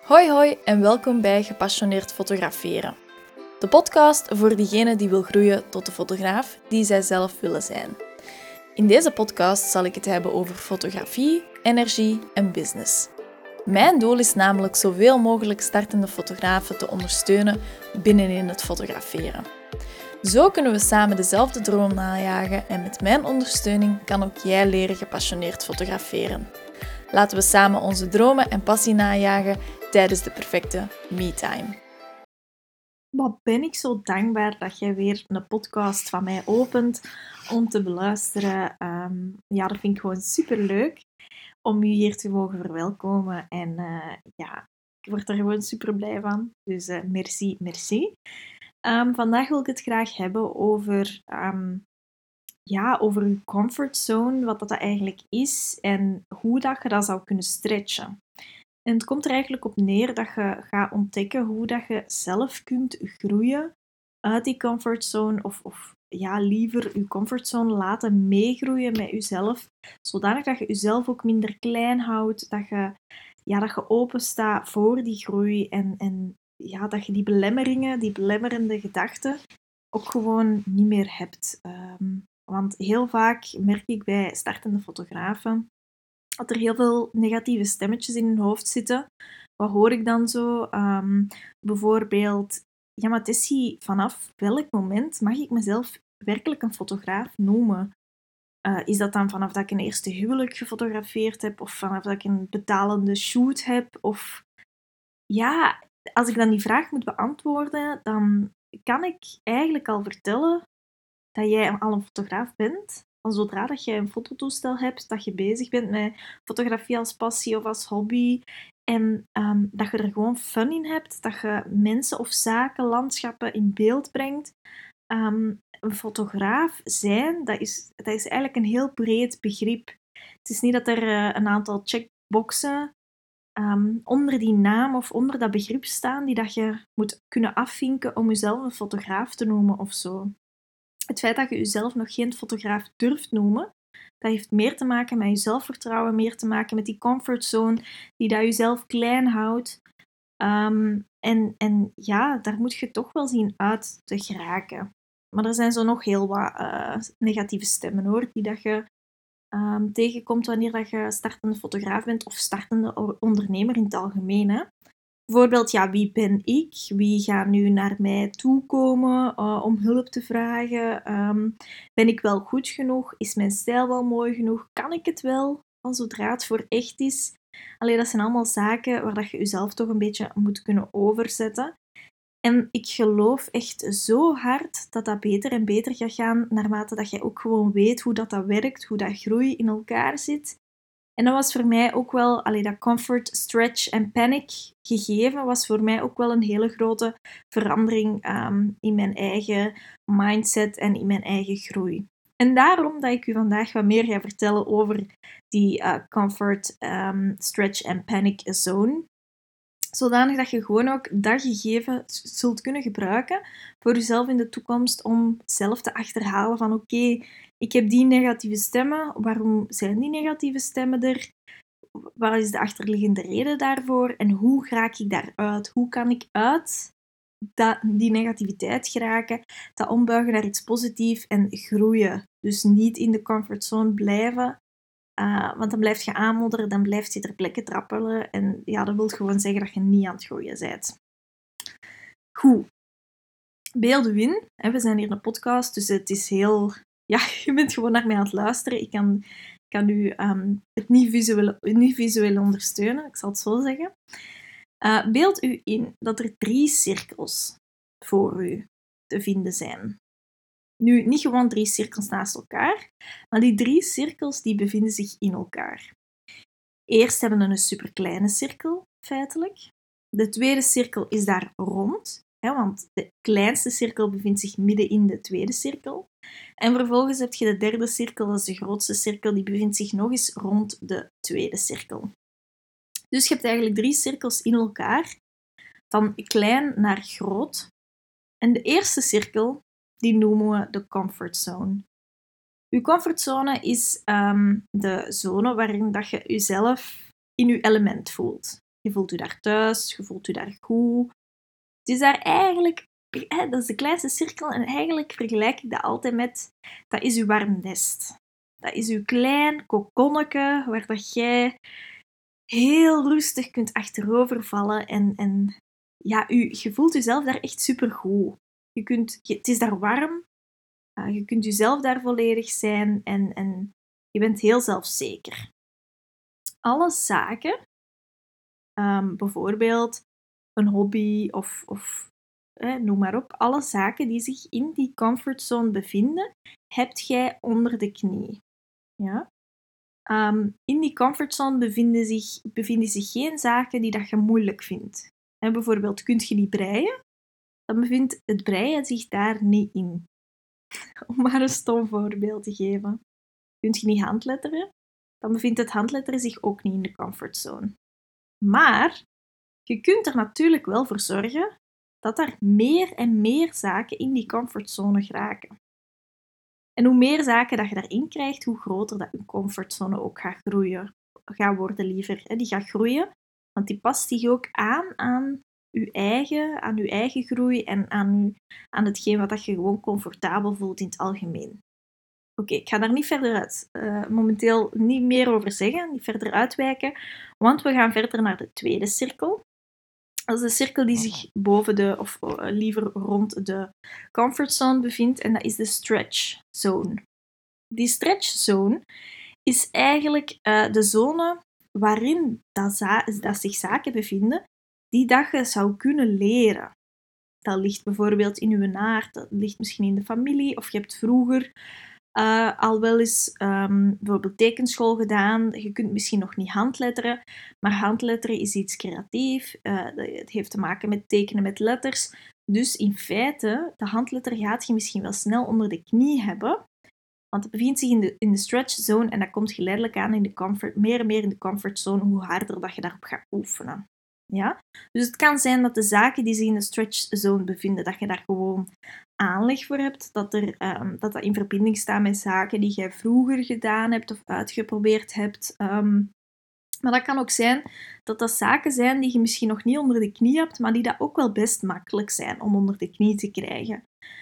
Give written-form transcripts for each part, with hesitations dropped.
Hoi hoi en welkom bij Gepassioneerd Fotograferen. De podcast voor diegene die wil groeien tot de fotograaf die zij zelf willen zijn. In deze podcast zal ik het hebben over fotografie, energie en business. Mijn doel is namelijk zoveel mogelijk startende fotografen te ondersteunen binnenin het fotograferen. Zo kunnen we samen dezelfde droom najagen en met mijn ondersteuning kan ook jij leren gepassioneerd fotograferen. Laten we samen onze dromen en passie najagen tijdens de perfecte me-time. Wat ben ik zo dankbaar dat jij weer een podcast van mij opent om te beluisteren. Dat vind ik gewoon superleuk om je hier te mogen verwelkomen. En ik word er gewoon super blij van. Dus merci. Vandaag wil ik het graag hebben over je comfortzone, wat dat eigenlijk is en hoe dat je dat zou kunnen stretchen. En het komt er eigenlijk op neer dat je gaat ontdekken hoe dat je zelf kunt groeien uit die comfortzone of liever je comfortzone laten meegroeien met jezelf, zodanig dat je jezelf ook minder klein houdt, dat je open staat voor die groei en dat je die belemmeringen, die belemmerende gedachten ook gewoon niet meer hebt. Want heel vaak merk ik bij startende fotografen dat er heel veel negatieve stemmetjes in hun hoofd zitten. Wat hoor ik dan zo? Bijvoorbeeld, ja, maar Tessie, vanaf welk moment mag ik mezelf werkelijk een fotograaf noemen? Is dat dan vanaf dat ik een eerste huwelijk gefotografeerd heb? Of vanaf dat ik een betalende shoot heb? Of ja, als ik dan die vraag moet beantwoorden, dan kan ik eigenlijk al vertellen dat jij al een fotograaf bent. Van zodra dat je een fototoestel hebt, dat je bezig bent met fotografie als passie of als hobby en dat je er gewoon fun in hebt, dat je mensen of zaken, landschappen in beeld brengt. Een fotograaf zijn, dat is eigenlijk een heel breed begrip. Het is niet dat er een aantal checkboxen onder die naam of onder dat begrip staan die dat je moet kunnen afvinken om jezelf een fotograaf te noemen of zo. Het feit dat je jezelf nog geen fotograaf durft noemen, dat heeft meer te maken met je zelfvertrouwen, meer te maken met die comfortzone die dat jezelf klein houdt. Daar moet je toch wel zien uit te geraken. Maar er zijn zo nog heel wat negatieve stemmen hoor, die dat je tegenkomt wanneer dat je startende fotograaf bent of startende ondernemer in het algemeen. Hè. Bijvoorbeeld, wie ben ik? Wie gaat nu naar mij toekomen om hulp te vragen? Ben ik wel goed genoeg? Is mijn stijl wel mooi genoeg? Kan ik het wel? Zodra het voor echt is. Allee, dat zijn allemaal zaken waar dat je jezelf toch een beetje moet kunnen overzetten. En ik geloof echt zo hard dat dat beter en beter gaat gaan naarmate dat jij ook gewoon weet hoe dat werkt, hoe dat groei in elkaar zit. En dat was voor mij ook wel, dat comfort, stretch en panic gegeven, was voor mij ook wel een hele grote verandering in mijn eigen mindset en in mijn eigen groei. En daarom dat ik u vandaag wat meer ga vertellen over die comfort, stretch en panic zone. Zodanig dat je gewoon ook dat gegeven zult kunnen gebruiken voor jezelf in de toekomst om zelf te achterhalen van oké, ik heb die negatieve stemmen. Waarom zijn die negatieve stemmen er? Wat is de achterliggende reden daarvoor? En hoe raak ik daaruit? Hoe kan ik uit die negativiteit geraken? Dat ombuigen naar iets positiefs en groeien. Dus niet in de comfortzone blijven. Want dan blijf je aanmodderen, dan blijft je ter plekke trappelen. En ja, dat wil gewoon zeggen dat je niet aan het groeien bent. Goed. Beeld u in. We zijn hier in een podcast, dus het is heel... Ja, je bent gewoon naar mij aan het luisteren. Ik kan u het niet visueel ondersteunen, ik zal het zo zeggen. Beeld u in dat er 3 cirkels voor u te vinden zijn. Nu, niet gewoon 3 cirkels naast elkaar, maar die 3 cirkels die bevinden zich in elkaar. Eerst hebben we een superkleine cirkel, feitelijk. De tweede cirkel is daar rond, want de kleinste cirkel bevindt zich midden in de tweede cirkel. En vervolgens heb je de derde cirkel, dat is de grootste cirkel, die bevindt zich nog eens rond de tweede cirkel. Dus je hebt eigenlijk 3 cirkels in elkaar, van klein naar groot. En de eerste cirkel, die noemen we de comfortzone. Uw comfortzone is de zone waarin dat je jezelf in je element voelt. Je voelt je daar thuis, je voelt je daar goed. Het is daar eigenlijk, dat is de kleinste cirkel en eigenlijk vergelijk ik dat altijd met, dat is uw warm nest. Dat is uw klein kokonnetje waar dat jij heel rustig kunt achterovervallen en ja, je voelt jezelf daar echt supergoed. Het is daar warm, je kunt jezelf daar volledig zijn en je bent heel zelfzeker. Alle zaken, bijvoorbeeld een hobby of noem maar op, alle zaken die zich in die comfortzone bevinden, hebt jij onder de knie. Ja? In die comfortzone bevinden zich geen zaken die dat je moeilijk vindt. Bijvoorbeeld, kun je niet breien? Dan bevindt het breien zich daar niet in. Om maar een stom voorbeeld te geven. Kun je niet handletteren? Dan bevindt het handletteren zich ook niet in de comfortzone. Maar je kunt er natuurlijk wel voor zorgen dat er meer en meer zaken in die comfortzone geraken. En hoe meer zaken dat je daarin krijgt, hoe groter dat je comfortzone ook gaat worden liever. Die gaat groeien, want die past zich ook aan je eigen groei en aan hetgeen wat je gewoon comfortabel voelt in het algemeen. Oké, ik ga daar niet verder momenteel niet meer over zeggen, niet verder uitwijken, want we gaan verder naar de tweede cirkel. Dat is de cirkel die zich boven of liever rond de comfortzone bevindt, en dat is de stretch zone. Die stretch zone is eigenlijk de zone waarin dat zich zaken bevinden die dat je zou kunnen leren. Dat ligt bijvoorbeeld in je aard, dat ligt misschien in de familie, of je hebt vroeger al wel eens bijvoorbeeld tekenschool gedaan. Je kunt misschien nog niet handletteren, maar handletteren is iets creatief. Het heeft te maken met tekenen met letters. Dus in feite, de handletter gaat je misschien wel snel onder de knie hebben, want het bevindt zich in de stretch zone en dat komt geleidelijk aan in de meer en meer in de comfortzone, hoe harder dat je daarop gaat oefenen. Ja? Dus het kan zijn dat de zaken die zich in de stretch zone bevinden, dat je daar gewoon aanleg voor hebt, dat in verbinding staat met zaken die jij vroeger gedaan hebt of uitgeprobeerd hebt. Maar dat kan ook zijn dat dat zaken zijn die je misschien nog niet onder de knie hebt, maar die dat ook wel best makkelijk zijn om onder de knie te krijgen.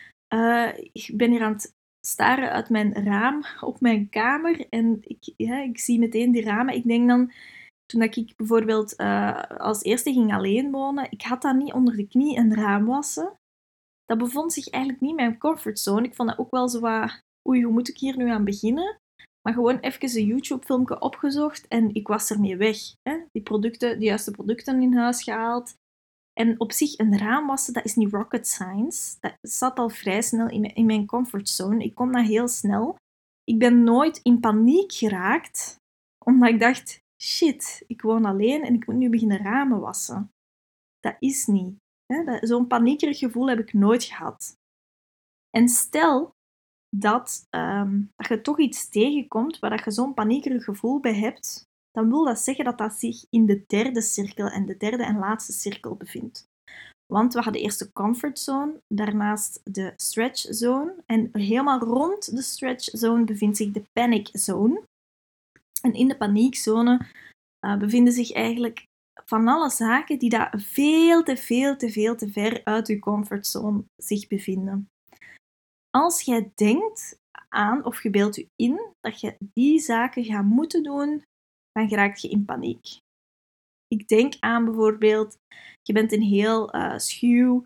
Ik ben hier aan het staren uit mijn raam op mijn kamer en ik zie meteen die ramen. Ik denk dan, toen ik bijvoorbeeld als eerste ging alleen wonen, ik had dan niet onder de knie een raam wassen. Dat bevond zich eigenlijk niet in mijn comfortzone. Ik vond dat ook wel zo wat, oei, hoe moet ik hier nu aan beginnen? Maar gewoon even een YouTube-filmpje opgezocht en ik was ermee weg. De juiste producten in huis gehaald. En op zich, een raam wassen, dat is niet rocket science. Dat zat al vrij snel in mijn comfortzone. Ik kon dat heel snel. Ik ben nooit in paniek geraakt, omdat ik dacht, shit, ik woon alleen en ik moet nu beginnen ramen wassen. Dat is niet. Zo'n paniekerig gevoel heb ik nooit gehad. En stel dat je toch iets tegenkomt waar je zo'n paniekerig gevoel bij hebt, dan wil dat zeggen dat dat zich in de derde cirkel en de derde en laatste cirkel bevindt. Want we hadden eerst de comfortzone, daarnaast de stretch zone en helemaal rond de stretch zone bevindt zich de panic zone. En in de paniekzone bevinden zich eigenlijk van alle zaken die daar veel te ver uit je comfortzone zich bevinden. Als jij denkt aan of je beeldt je in dat je die zaken gaat moeten doen, dan geraak je in paniek. Ik denk aan bijvoorbeeld, je bent een heel schuw,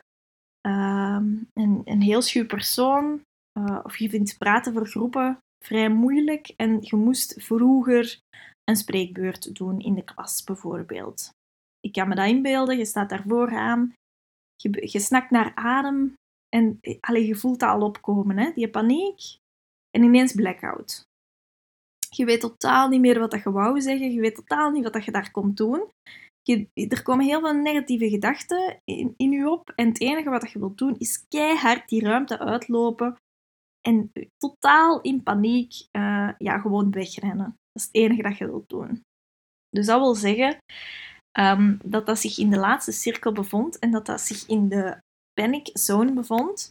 een heel schuw persoon, of je vindt praten voor groepen vrij moeilijk en je moest vroeger een spreekbeurt doen in de klas bijvoorbeeld. Ik kan me dat inbeelden, je staat daar vooraan, je snakt naar adem en je voelt dat al opkomen, hè? Die paniek en ineens blackout. Je weet totaal niet meer wat je wou zeggen, je weet totaal niet wat je daar komt doen. Er komen heel veel negatieve gedachten in je op en het enige wat je wilt doen is keihard die ruimte uitlopen en totaal in paniek gewoon wegrennen. Dat is het enige dat je wilt doen. Dus dat wil zeggen dat zich in de laatste cirkel bevond en dat zich in de panic zone bevond.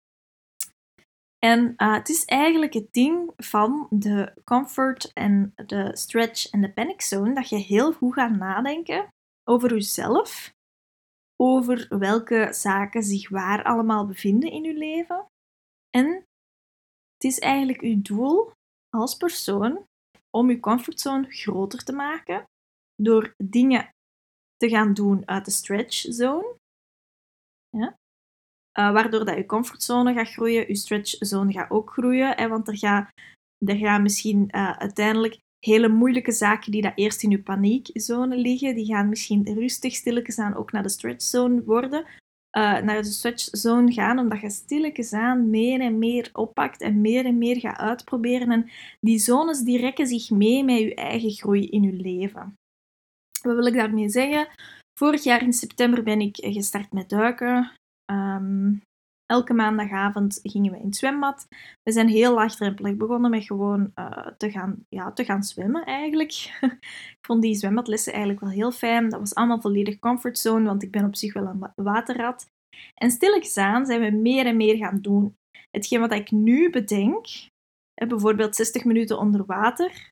En het is eigenlijk het ding van de comfort en de stretch en de panic zone dat je heel goed gaat nadenken over uzelf, over welke zaken zich waar allemaal bevinden in uw leven. En het is eigenlijk uw doel als persoon om uw comfortzone groter te maken door dingen te gaan doen uit de stretch zone. Ja? Waardoor dat je comfortzone gaat groeien, je stretch zone gaat ook groeien. Want er gaan misschien uiteindelijk hele moeilijke zaken die dat eerst in je paniekzone liggen, die gaan misschien rustig stilletjes aan ook naar de stretch zone worden. Naar de stretch zone gaan, omdat je stilletjes aan meer en meer oppakt en meer gaat uitproberen. En die zones die rekken zich mee met je eigen groei in je leven. Wat wil ik daarmee zeggen? Vorig jaar in september ben ik gestart met duiken. Elke maandagavond gingen we in het zwembad. We zijn heel laagdrempelig begonnen met gewoon te gaan zwemmen eigenlijk. Ik vond die zwembadlessen eigenlijk wel heel fijn. Dat was allemaal volledig comfortzone, want ik ben op zich wel een waterrat. En stilletjes aan zijn we meer en meer gaan doen. Hetgeen wat ik nu bedenk, bijvoorbeeld 60 minuten onder water,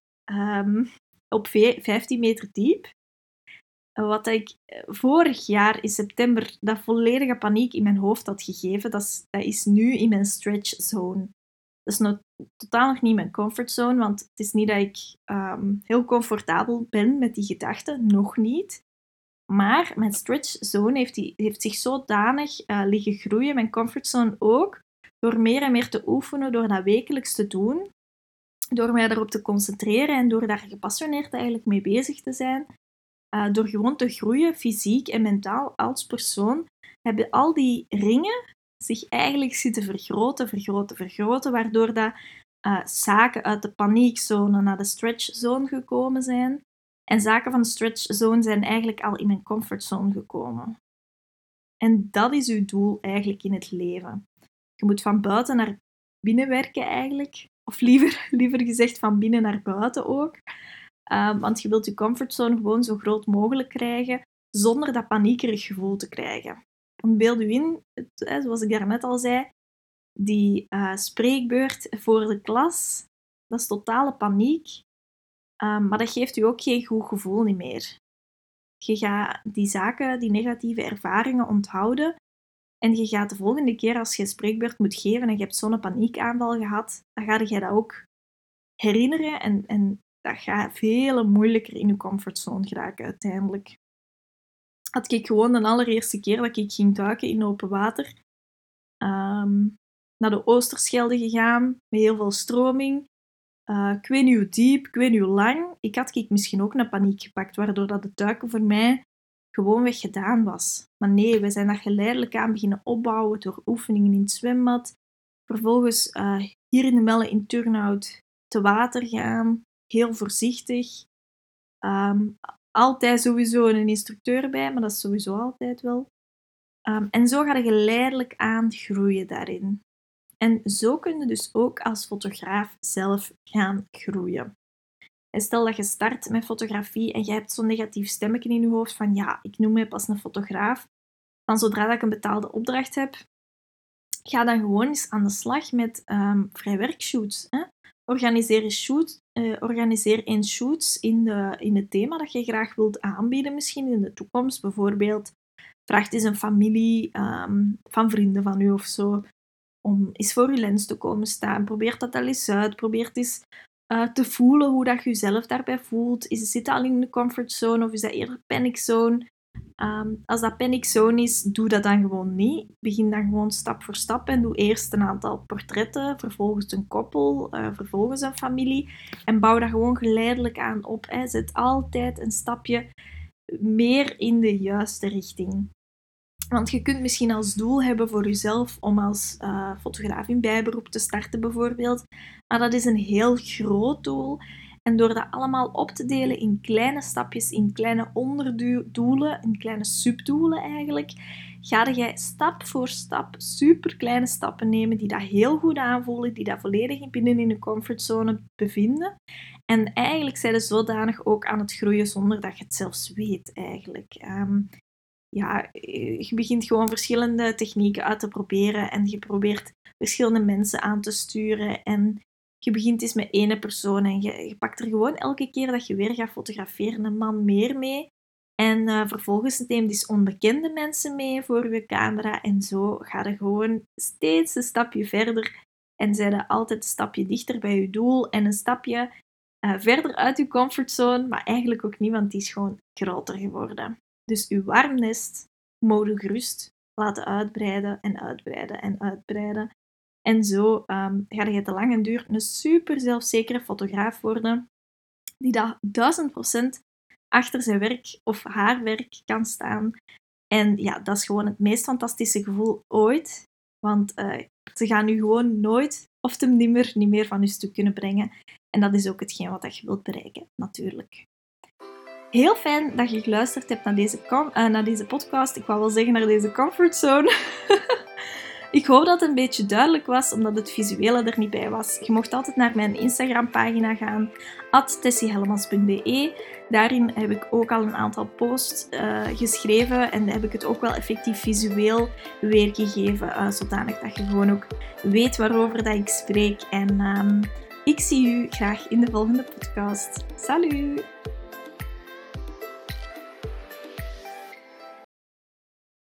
op 15 meter diep. Wat ik vorig jaar in september dat volledige paniek in mijn hoofd had gegeven, dat is nu in mijn stretch zone. Dat is totaal nog niet mijn comfortzone, want het is niet dat ik heel comfortabel ben met die gedachten, nog niet. Maar mijn stretch zone heeft zich zodanig liggen groeien, mijn comfortzone ook, door meer en meer te oefenen, door dat wekelijks te doen, door mij daarop te concentreren en door daar gepassioneerd eigenlijk mee bezig te zijn. Door gewoon te groeien, fysiek en mentaal als persoon, hebben al die ringen zich eigenlijk zitten vergroten, waardoor dat zaken uit de paniekzone naar de stretchzone gekomen zijn. En zaken van de stretchzone zijn eigenlijk al in mijn comfortzone gekomen. En dat is uw doel eigenlijk in het leven. Je moet van buiten naar binnen werken eigenlijk. Of liever gezegd van binnen naar buiten ook. Want je wilt je comfortzone gewoon zo groot mogelijk krijgen, zonder dat paniekerig gevoel te krijgen. Want beeld u in, zoals ik daarnet al zei, die spreekbeurt voor de klas, dat is totale paniek. Maar dat geeft u ook geen goed gevoel niet meer. Je gaat die zaken, die negatieve ervaringen onthouden. En je gaat de volgende keer als je een spreekbeurt moet geven en je hebt zo'n paniekaanval gehad, dan ga je dat ook herinneren en dat gaat veel moeilijker in je comfortzone geraken uiteindelijk. Had ik gewoon de allereerste keer dat ik ging duiken in open water, naar de Oosterschelde gegaan, met heel veel stroming. Ik weet niet hoe diep, ik weet niet hoe lang. Ik had misschien ook een paniek gepakt, waardoor dat het duiken voor mij gewoonweg gedaan was. Maar nee, we zijn dat geleidelijk aan beginnen opbouwen door oefeningen in het zwembad. Vervolgens hier in de Melle in Turnhout te water gaan, heel voorzichtig. Altijd sowieso een instructeur bij, maar dat is sowieso altijd wel. En zo ga je geleidelijk aan groeien daarin. En zo kun je dus ook als fotograaf zelf gaan groeien. En stel dat je start met fotografie en je hebt zo'n negatief stemmetje in je hoofd van ja, ik noem mij pas een fotograaf. Dan zodra dat ik een betaalde opdracht heb, ga dan gewoon eens aan de slag met vrijwerkshoots. Organiseer eens shoots in het thema dat je graag wilt aanbieden misschien in de toekomst. Bijvoorbeeld, vraag eens een familie van vrienden van u of zo om eens voor je lens te komen staan. Probeer dat al eens uit. Probeer eens te voelen hoe dat je jezelf daarbij voelt. Zit dat al in de comfortzone of is dat eerder paniczone? Als dat paniczone is, doe dat dan gewoon niet. Begin dan gewoon stap voor stap en doe eerst een aantal portretten, vervolgens een koppel, vervolgens een familie en bouw dat gewoon geleidelijk aan op. Zet altijd een stapje meer in de juiste richting. Want je kunt misschien als doel hebben voor jezelf om als fotograaf in bijberoep te starten bijvoorbeeld, maar dat is een heel groot doel. En door dat allemaal op te delen in kleine stapjes, in kleine onderdoelen, in kleine subdoelen eigenlijk, ga jij stap voor stap super kleine stappen nemen die dat heel goed aanvoelen, die dat volledig binnen in de comfortzone bevinden. En eigenlijk zijn ze zodanig ook aan het groeien zonder dat je het zelfs weet eigenlijk. Je begint gewoon verschillende technieken uit te proberen en je probeert verschillende mensen aan te sturen en je begint eens met ene persoon en je pakt er gewoon elke keer dat je weer gaat fotograferen een man meer mee En vervolgens neem dus onbekende mensen mee voor je camera. En zo ga je gewoon steeds een stapje verder. En zij je altijd een stapje dichter bij je doel. En een stapje verder uit je comfortzone. Maar eigenlijk ook niet, want die is gewoon groter geworden. Dus je warmnest moet je gerust laten uitbreiden en uitbreiden en uitbreiden. En zo ga je te lang en duur een super zelfzekere fotograaf worden. Die dat 1000% achter zijn werk of haar werk kan staan. En ja, dat is gewoon het meest fantastische gevoel ooit. Want ze gaan nu gewoon nooit of te nimmer niet meer van je stuk kunnen brengen. En dat is ook hetgeen wat je wilt bereiken, natuurlijk. Heel fijn dat je geluisterd hebt naar deze podcast. Ik wou wel zeggen naar deze comfortzone. Ik hoop dat het een beetje duidelijk was, omdat het visuele er niet bij was. Je mocht altijd naar mijn Instagram-pagina gaan, @tessiehellemans.be. Daarin heb ik ook al een aantal posts geschreven en heb ik het ook wel effectief visueel weergegeven, zodanig dat je gewoon ook weet waarover dat ik spreek. En ik zie u graag in de volgende podcast. Salut!